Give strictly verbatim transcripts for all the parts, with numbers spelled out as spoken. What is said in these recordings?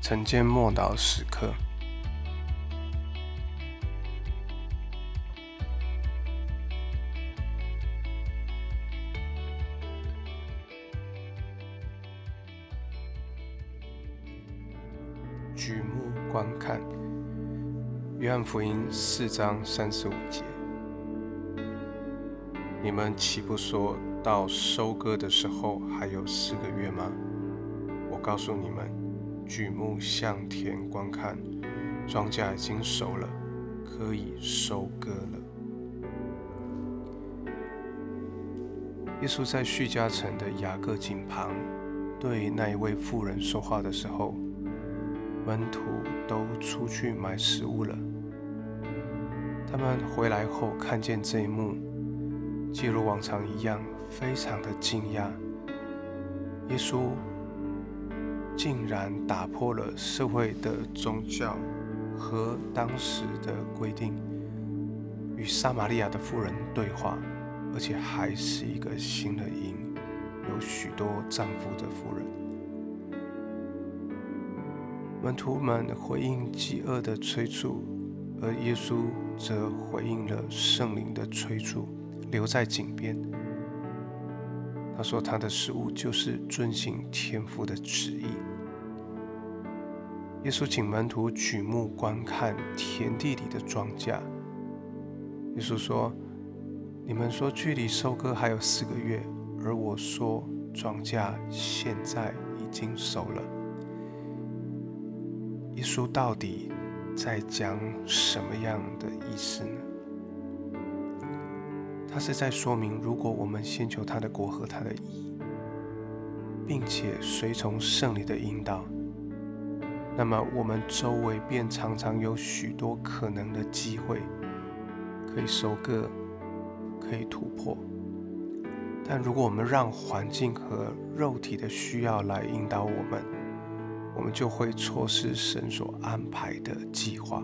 晨间默祷时刻，举目观看。约翰福音四章三十五节，你们岂不说到收割的时候还有四个月吗？我告诉你们，举目向田观看，庄稼已经熟了，可以收割了。耶稣在叙加城的雅各井旁对那一位妇人说话的时候，门徒都出去买食物了。他们回来后看见这一幕，既如往常一样，非常的惊讶。耶稣竟然打破了社会的宗教和当时的规定，与撒玛利亚的妇人对话，而且还是一个行了淫、有许多丈夫的妇人。门徒们回应饥饿的催促，而耶稣则回应了圣灵的催促，留在井边。他说他的食物就是遵行天父的旨意。耶稣请门徒举目观看田地里的庄稼。耶稣说，你们说距离收割还有四个月，而我说庄稼现在已经熟了。耶稣到底在讲什么样的意思呢？他是在说明，如果我们先求他的国和他的义，并且随从圣灵的引导，那么我们周围便常常有许多可能的机会，可以收割，可以突破。但如果我们让环境和肉体的需要来引导我们，我们就会错失神所安排的计划。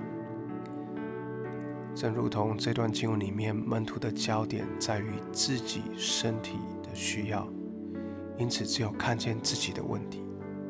正如同这段经文里面，门徒的焦点在于自己身体的需要，因此只有看见自己的问题。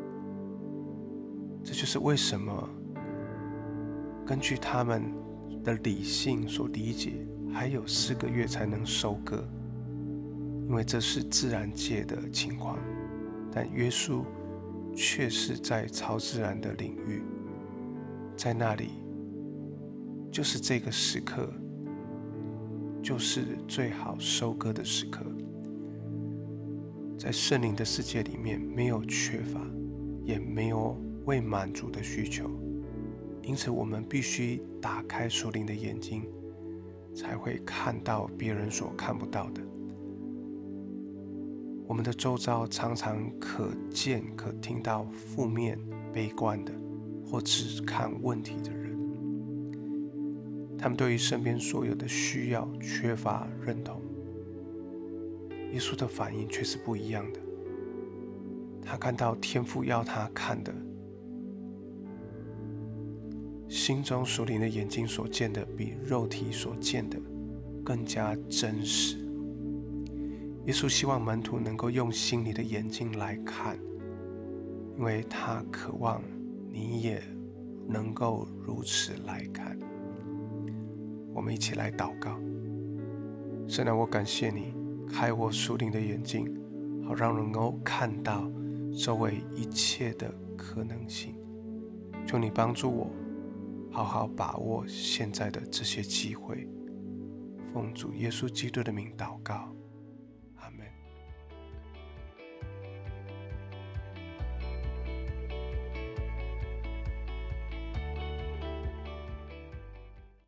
这就是为什么根据他们的理性所理解，还有四个月才能收割，因为这是自然界的情况。但耶稣却是在超自然的领域，在那里就是这个时刻，就是最好收割的时刻。在圣灵的世界里面，没有缺乏，也没有未满足的需求，因此我们必须打开属灵的眼睛，才会看到别人所看不到的。我们的周遭常常可见可听到负面、悲观的，或只看问题的人，他们对于身边所有的需要缺乏认同。耶稣的反应却是不一样的，他看到天父要他看的，心中属灵的眼睛所见的比肉体所见的更加真实。耶稣希望门徒能够用心里的眼睛来看，因为他渴望你也能够如此来看。我们一起来祷告。神啊，我感谢你开我属灵的眼睛，好让人能够看到周围一切的可能性。求你帮助我好好把握现在的这些机会，奉主耶稣基督的名祷告。